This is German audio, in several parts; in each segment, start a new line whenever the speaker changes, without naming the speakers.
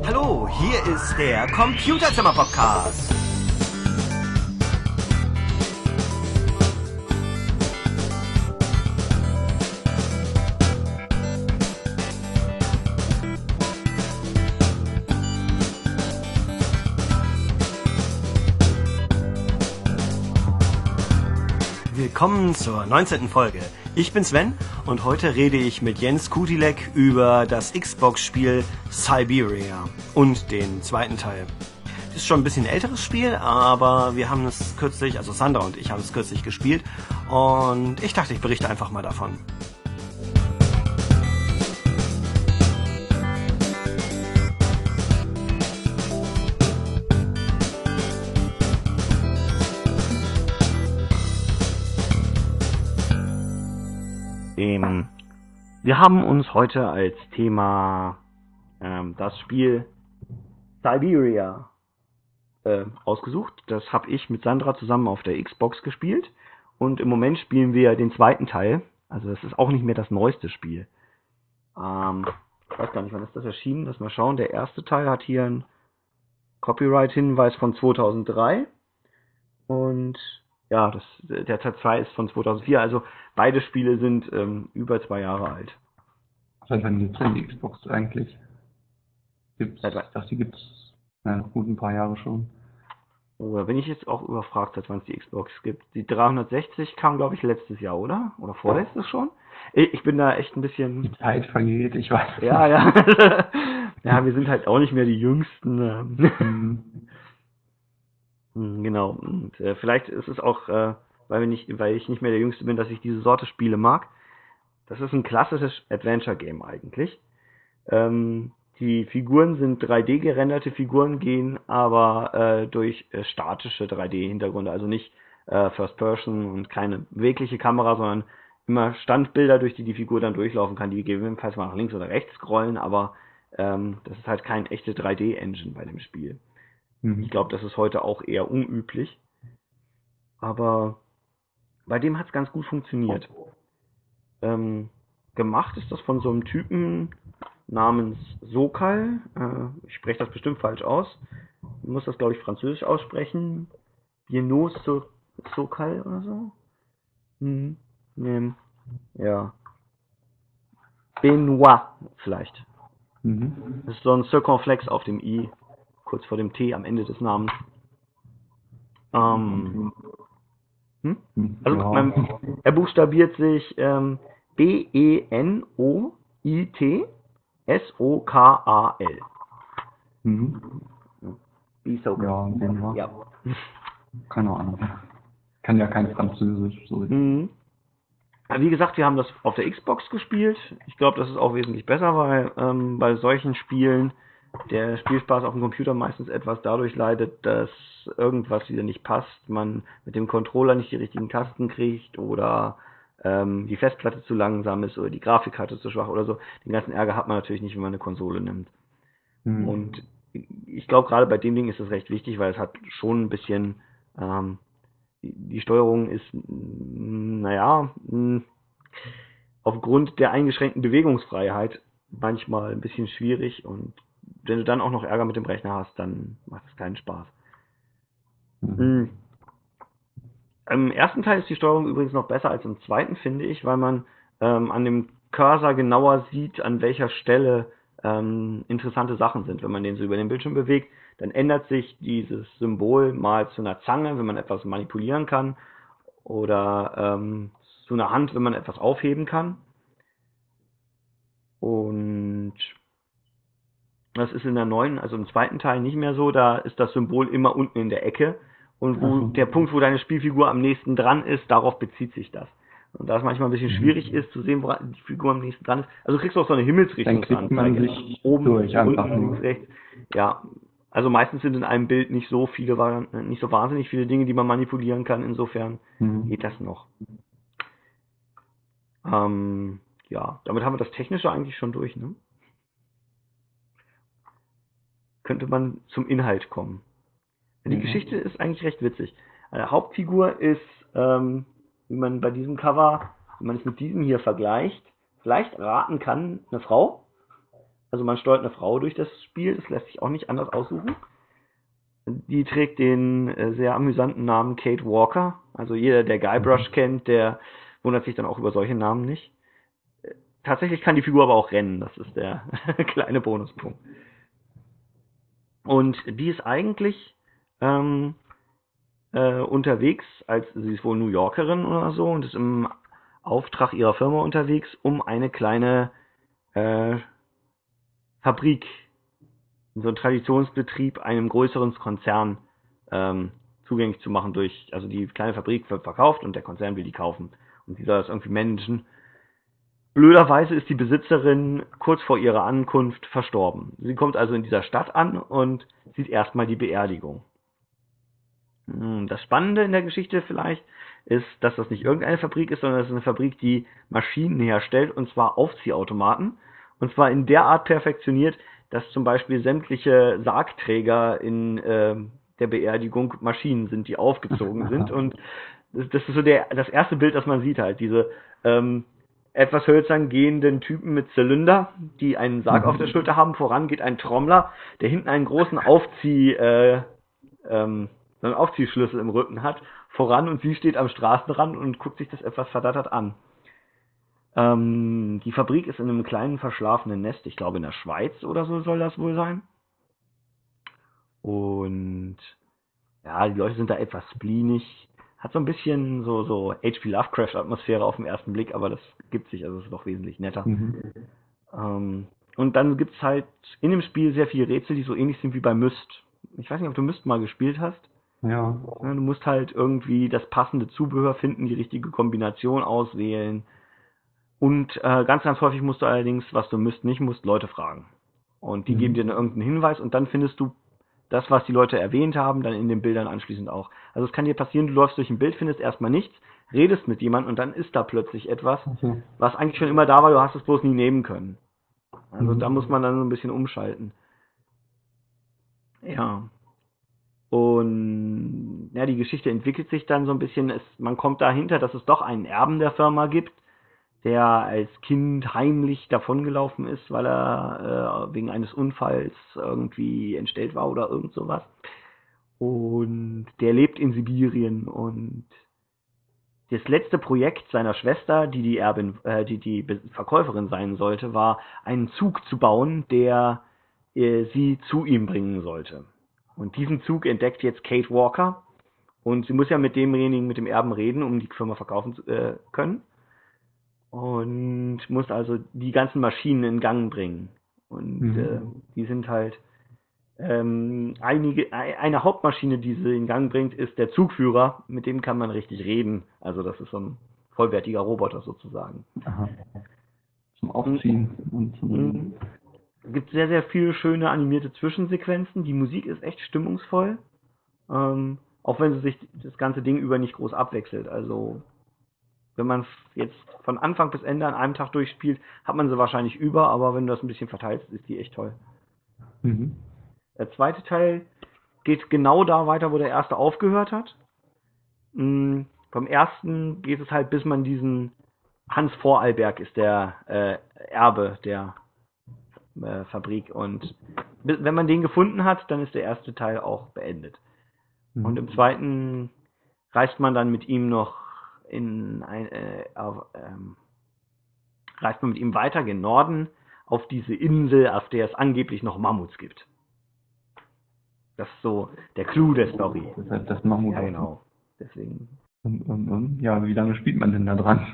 Hallo, hier ist der Computerzimmer-Podcast. Willkommen zur 19. Folge. Ich bin Sven und heute rede ich mit Jens Kutilek über das Xbox-Spiel Syberia und den zweiten Teil. Das ist schon ein bisschen ein älteres Spiel, aber wir haben es kürzlich, also Sandra und ich haben es kürzlich gespielt und ich dachte, ich berichte einfach mal davon. Wir haben uns heute als Thema das Spiel Syberia ausgesucht. Das habe ich mit Sandra zusammen auf der Xbox gespielt und im Moment spielen wir den zweiten Teil. Also das ist auch nicht mehr das neueste Spiel. Ich weiß gar nicht, wann ist das erschienen. Lass mal schauen. Der erste Teil hat hier einen Copyright-Hinweis von 2003 und ja, der Teil 2 ist von 2004, also beide Spiele sind über 2 Jahre alt.
Seit wann gibt es denn die Xbox eigentlich? Ich dachte, die gibt es gut ein paar Jahre schon.
Oder bin ich jetzt auch überfragt, seit wann es die Xbox gibt? Die 360 kam, glaube ich, letztes Jahr, oder? Oder vorletztes schon? Ich bin da echt ein bisschen...
Die Zeit vergeht, ich weiß.
Ja. Ja, wir sind halt auch nicht mehr die Jüngsten. Genau. Und vielleicht ist es auch, weil ich nicht mehr der Jüngste bin, dass ich diese Sorte Spiele mag. Das ist ein klassisches Adventure-Game eigentlich. Die Figuren sind 3D gerenderte Figuren, gehen aber durch statische 3D-Hintergründe, also nicht First Person und keine bewegliche Kamera, sondern immer Standbilder, durch die Figur dann durchlaufen kann, die gegebenenfalls mal nach links oder rechts scrollen, aber das ist halt kein echte 3D-Engine bei dem Spiel. Ich glaube, das ist heute auch eher unüblich. Aber bei dem hat es ganz gut funktioniert. Gemacht ist das von so einem Typen namens Sokal. Ich spreche das bestimmt falsch aus. Ich muss das, glaube ich, französisch aussprechen. Benoît Sokal oder so. Ja. Benoît vielleicht. Das ist so ein Circumflex auf dem I. Kurz vor dem T am Ende des Namens. Also er buchstabiert sich B-E-N-O-I-T-S-O-K-A-L.
Ja.
Ja.
Keine Ahnung. Kann ja kein Französisch. So.
Wie gesagt, wir haben das auf der Xbox gespielt. Ich glaube, das ist auch wesentlich besser, weil bei solchen Spielen der Spielspaß auf dem Computer meistens etwas dadurch leidet, dass irgendwas wieder nicht passt, man mit dem Controller nicht die richtigen Tasten kriegt oder die Festplatte zu langsam ist oder die Grafikkarte zu schwach oder so. Den ganzen Ärger hat man natürlich nicht, wenn man eine Konsole nimmt. Und ich glaube, gerade bei dem Ding ist das recht wichtig, weil es hat schon ein bisschen die Steuerung ist, aufgrund der eingeschränkten Bewegungsfreiheit manchmal ein bisschen schwierig und wenn du dann auch noch Ärger mit dem Rechner hast, dann macht es keinen Spaß. Im ersten Teil ist die Steuerung übrigens noch besser als im zweiten, finde ich, weil man an dem Cursor genauer sieht, an welcher Stelle interessante Sachen sind. Wenn man den so über den Bildschirm bewegt, dann ändert sich dieses Symbol mal zu einer Zange, wenn man etwas manipulieren kann, oder zu einer Hand, wenn man etwas aufheben kann. Und das ist in der neuen, also im zweiten Teil nicht mehr so, da ist das Symbol immer unten in der Ecke und der Punkt, wo deine Spielfigur am nächsten dran ist, darauf bezieht sich das. Und da es manchmal ein bisschen schwierig ist zu sehen, wo die Figur am nächsten dran ist, also du kriegst auch so eine Himmelsrichtungsanzeige. Oben, unten, links, rechts. Ja, also meistens sind in einem Bild nicht so wahnsinnig viele Dinge, die man manipulieren kann, insofern geht das noch. Ja, damit haben wir das Technische eigentlich schon durch, ne? Könnte man zum Inhalt kommen. Die Geschichte ist eigentlich recht witzig. Eine Hauptfigur ist, wie man bei diesem Cover, wenn man es mit diesem hier vergleicht, vielleicht raten kann, eine Frau. Also man steuert eine Frau durch das Spiel, das lässt sich auch nicht anders aussuchen. Die trägt den sehr amüsanten Namen Kate Walker. Also jeder, der Guybrush kennt, der wundert sich dann auch über solche Namen nicht. Tatsächlich kann die Figur aber auch rennen, das ist der kleine Bonuspunkt. Und die ist eigentlich unterwegs, sie ist wohl New Yorkerin oder so und ist im Auftrag ihrer Firma unterwegs, um eine kleine Fabrik, so einen Traditionsbetrieb einem größeren Konzern zugänglich zu machen also die kleine Fabrik wird verkauft und der Konzern will die kaufen und sie soll das irgendwie managen. Blöderweise ist die Besitzerin kurz vor ihrer Ankunft verstorben. Sie kommt also in dieser Stadt an und sieht erstmal die Beerdigung. Das Spannende in der Geschichte vielleicht ist, dass das nicht irgendeine Fabrik ist, sondern es ist eine Fabrik, die Maschinen herstellt, und zwar Aufziehautomaten. Und zwar in der Art perfektioniert, dass zum Beispiel sämtliche Sargträger in der Beerdigung Maschinen sind, die aufgezogen sind. Und das ist so das erste Bild, das man sieht halt. Diese etwas hölzern gehenden Typen mit Zylinder, die einen Sarg auf der Schulter haben. Voran geht ein Trommler, der hinten einen großen einen Aufziehschlüssel im Rücken hat, voran, und sie steht am Straßenrand und guckt sich das etwas verdattert an. Die Fabrik ist in einem kleinen verschlafenen Nest, ich glaube in der Schweiz oder so soll das wohl sein. Und ja, die Leute sind da etwas spleenig. Hat so ein bisschen so H.P. Lovecraft-Atmosphäre auf den ersten Blick, aber das gibt sich, also ist doch wesentlich netter. Und dann gibt's halt in dem Spiel sehr viele Rätsel, die so ähnlich sind wie bei Myst. Ich weiß nicht, ob du Myst mal gespielt hast.
Ja.
Du musst halt irgendwie das passende Zubehör finden, die richtige Kombination auswählen. Und ganz, ganz häufig musst du allerdings, was du nicht musst, Leute fragen. Und die geben dir dann irgendeinen Hinweis und dann findest du das, was die Leute erwähnt haben, dann in den Bildern anschließend auch. Also es kann dir passieren, du läufst durch ein Bild, findest erstmal nichts, redest mit jemandem und dann ist da plötzlich etwas, was eigentlich schon immer da war, du hast es bloß nie nehmen können. Also da muss man dann so ein bisschen umschalten. Ja. Und ja, die Geschichte entwickelt sich dann so ein bisschen, man kommt dahinter, dass es doch einen Erben der Firma gibt, der als Kind heimlich davongelaufen ist, weil er wegen eines Unfalls irgendwie entstellt war oder irgend sowas. Und der lebt in Sibirien, und das letzte Projekt seiner Schwester, die Verkäuferin sein sollte, war einen Zug zu bauen, der sie zu ihm bringen sollte. Und diesen Zug entdeckt jetzt Kate Walker, und sie muss ja mit demjenigen, mit dem Erben reden, um die Firma verkaufen zu können. Und muss also die ganzen Maschinen in Gang bringen. Und die sind halt eine Hauptmaschine, die sie in Gang bringt, ist der Zugführer, mit dem kann man richtig reden. Also das ist so ein vollwertiger Roboter sozusagen.
Aha. Zum Aufziehen.
Es gibt sehr, sehr viele schöne animierte Zwischensequenzen. Die Musik ist echt stimmungsvoll. Auch wenn sie sich das ganze Ding über nicht groß abwechselt. Also wenn man jetzt von Anfang bis Ende an einem Tag durchspielt, hat man sie wahrscheinlich über, aber wenn du das ein bisschen verteilst, ist die echt toll. Der zweite Teil geht genau da weiter, wo der erste aufgehört hat. Beim ersten geht es halt, bis man diesen Hans Vorarlberg ist der Erbe der Fabrik, und wenn man den gefunden hat, dann ist der erste Teil auch beendet. Und im zweiten reist man dann mit ihm noch reist man mit ihm weiter gen Norden auf diese Insel, auf der es angeblich noch Mammuts gibt. Das ist so der Clou der Story.
Das heißt, das Mammut.
Ja, genau. Deswegen.
Ja, wie lange spielt man denn da dran?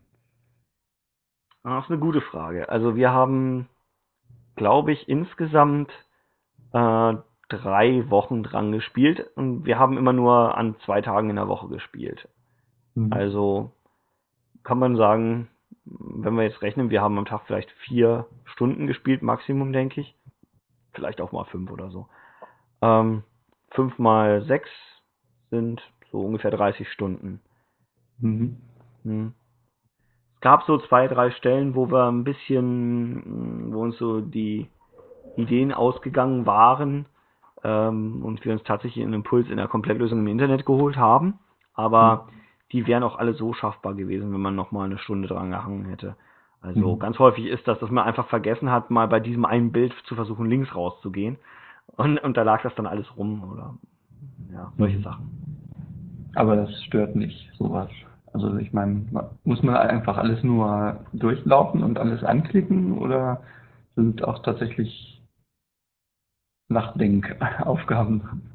Das ist eine gute Frage. Also wir haben, glaube ich, insgesamt 3 Wochen dran gespielt, und wir haben immer nur an 2 Tagen in der Woche gespielt. Also kann man sagen, wenn wir jetzt rechnen, wir haben am Tag vielleicht 4 Stunden gespielt, Maximum, denke ich. Vielleicht auch mal 5 oder so. 5 mal 6 sind so ungefähr 30 Stunden. Es gab so 2, 3 Stellen, wo wir ein bisschen, wo uns so die Ideen ausgegangen waren, und wir uns tatsächlich einen Impuls in der Komplettlösung im Internet geholt haben. Aber die wären auch alle so schaffbar gewesen, wenn man nochmal eine Stunde dran gehangen hätte. Also ganz häufig ist das, dass man einfach vergessen hat, mal bei diesem einen Bild zu versuchen, links rauszugehen. Und da lag das dann alles rum oder ja, solche Sachen.
Aber das stört nicht, sowas. Also ich meine, muss man einfach alles nur durchlaufen und alles anklicken oder sind auch tatsächlich Nachdenkaufgaben?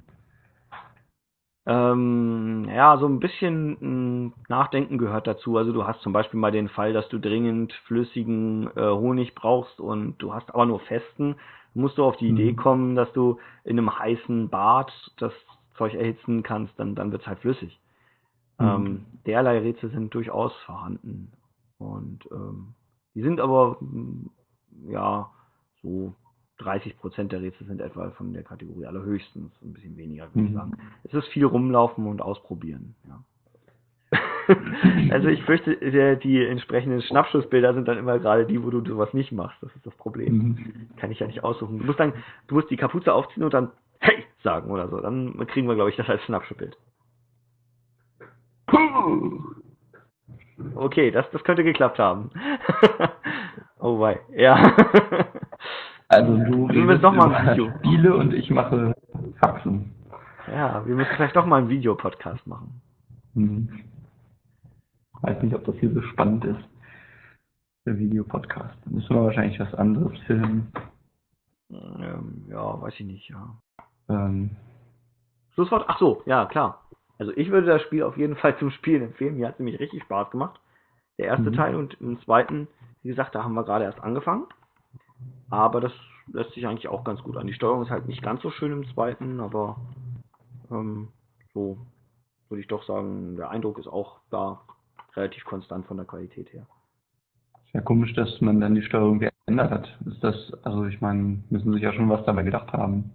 Ja, so ein bisschen Nachdenken gehört dazu. Also du hast zum Beispiel mal den Fall, dass du dringend flüssigen Honig brauchst und du hast aber nur festen. Musst du auf die Idee kommen, dass du in einem heißen Bad das Zeug erhitzen kannst, dann wird es halt flüssig. Derlei Rätsel sind durchaus vorhanden. Und die sind aber, ja, so 30% der Rätsel sind etwa von der Kategorie allerhöchstens, ein bisschen weniger, würde ich sagen. Es ist viel rumlaufen und ausprobieren, ja. Also ich fürchte, die entsprechenden Schnappschussbilder sind dann immer gerade die, wo du sowas nicht machst. Das ist das Problem. Kann ich ja nicht aussuchen. Du musst die Kapuze aufziehen und dann hey sagen oder so. Dann kriegen wir, glaube ich, das als Schnappschussbild. Okay, das könnte geklappt haben. Oh wei, ja.
Also du redest über Spiele und ich mache Faxen.
Ja, wir müssen vielleicht doch mal einen Videopodcast machen.
Weiß nicht, ob das hier so spannend ist. Der Videopodcast. Dann müssen wir wahrscheinlich was anderes filmen.
Ja, weiß ich nicht, ja. Schlusswort? Ach so, ja, klar. Also ich würde das Spiel auf jeden Fall zum Spielen empfehlen. Mir hat es nämlich richtig Spaß gemacht. Der erste Teil und im zweiten, wie gesagt, da haben wir gerade erst angefangen. Aber das lässt sich eigentlich auch ganz gut an. Die Steuerung ist halt nicht ganz so schön im zweiten, aber so würde ich doch sagen, der Eindruck ist auch da relativ konstant von der Qualität her.
Ist ja komisch, dass man dann die Steuerung geändert hat. Ist das, also ich meine, müssen sich ja schon was dabei gedacht haben.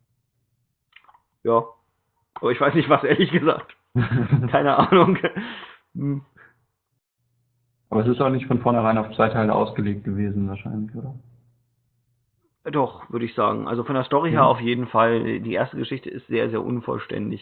Ja, aber ich weiß nicht was, ehrlich gesagt. Keine Ahnung.
Aber es ist auch nicht von vornherein auf 2 Teile ausgelegt gewesen wahrscheinlich, oder?
Doch, würde ich sagen. Also von der Story her auf jeden Fall. Die erste Geschichte ist sehr, sehr unvollständig.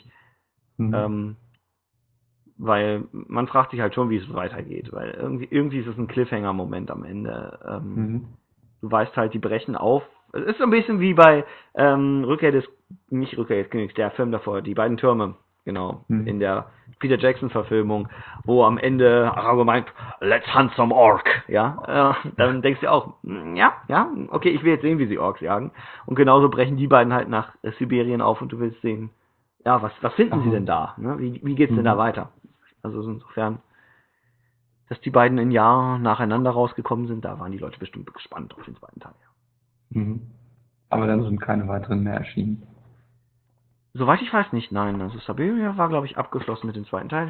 Weil man fragt sich halt schon, wie es weitergeht. Weil irgendwie ist es ein Cliffhanger-Moment am Ende. Du weißt halt, die brechen auf. Es ist so ein bisschen wie bei Rückkehr des Königs, der Film davor, die beiden Türme. Genau, in der Peter Jackson-Verfilmung, wo am Ende Arago meint, let's hunt some Orc, ja, dann denkst du auch, ja, okay, ich will jetzt sehen, wie sie Orks jagen. Und genauso brechen die beiden halt nach Sibirien auf und du willst sehen, ja, was finden sie denn da, ne? Wie geht's denn da weiter? Also insofern, dass die beiden ein Jahr nacheinander rausgekommen sind, da waren die Leute bestimmt gespannt auf den zweiten Teil.
Aber dann sind keine weiteren mehr erschienen.
Soweit ich weiß nicht, nein. Also Siberia war, glaube ich, abgeschlossen mit dem zweiten Teil.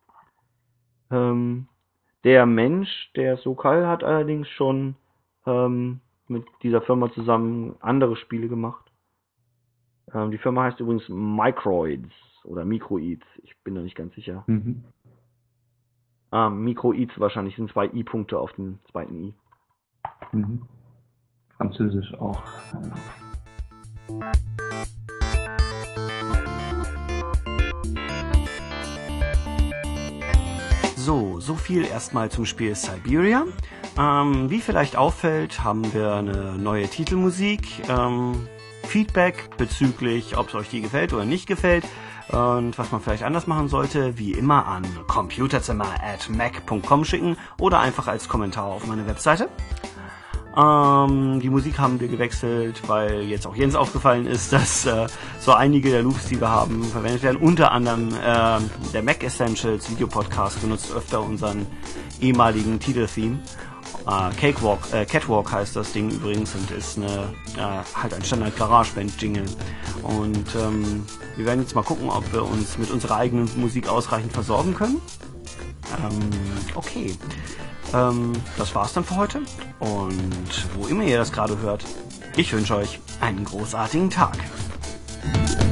Der Mensch, der Sokal, hat allerdings schon mit dieser Firma zusammen andere Spiele gemacht. Die Firma heißt übrigens Microids oder Microids. Ich bin da nicht ganz sicher. Microids wahrscheinlich sind 2 I-Punkte auf dem zweiten I.
Französisch auch.
So viel erstmal zum Spiel Siberia. Wie vielleicht auffällt, haben wir eine neue Titelmusik. Feedback bezüglich, ob es euch die gefällt oder nicht gefällt und was man vielleicht anders machen sollte, wie immer an computerzimmer@mac.com schicken oder einfach als Kommentar auf meine Webseite. Die Musik haben wir gewechselt, weil jetzt auch Jens aufgefallen ist, dass so einige der Loops, die wir haben, verwendet werden. Unter anderem der Mac Essentials Videopodcast benutzt öfter unseren ehemaligen Titeltheme. Catwalk heißt das Ding übrigens und ist halt ein Standard GarageBand Jingle. Und wir werden jetzt mal gucken, ob wir uns mit unserer eigenen Musik ausreichend versorgen können. Okay. Das war's dann für heute. Und wo immer ihr das gerade hört, ich wünsche euch einen großartigen Tag.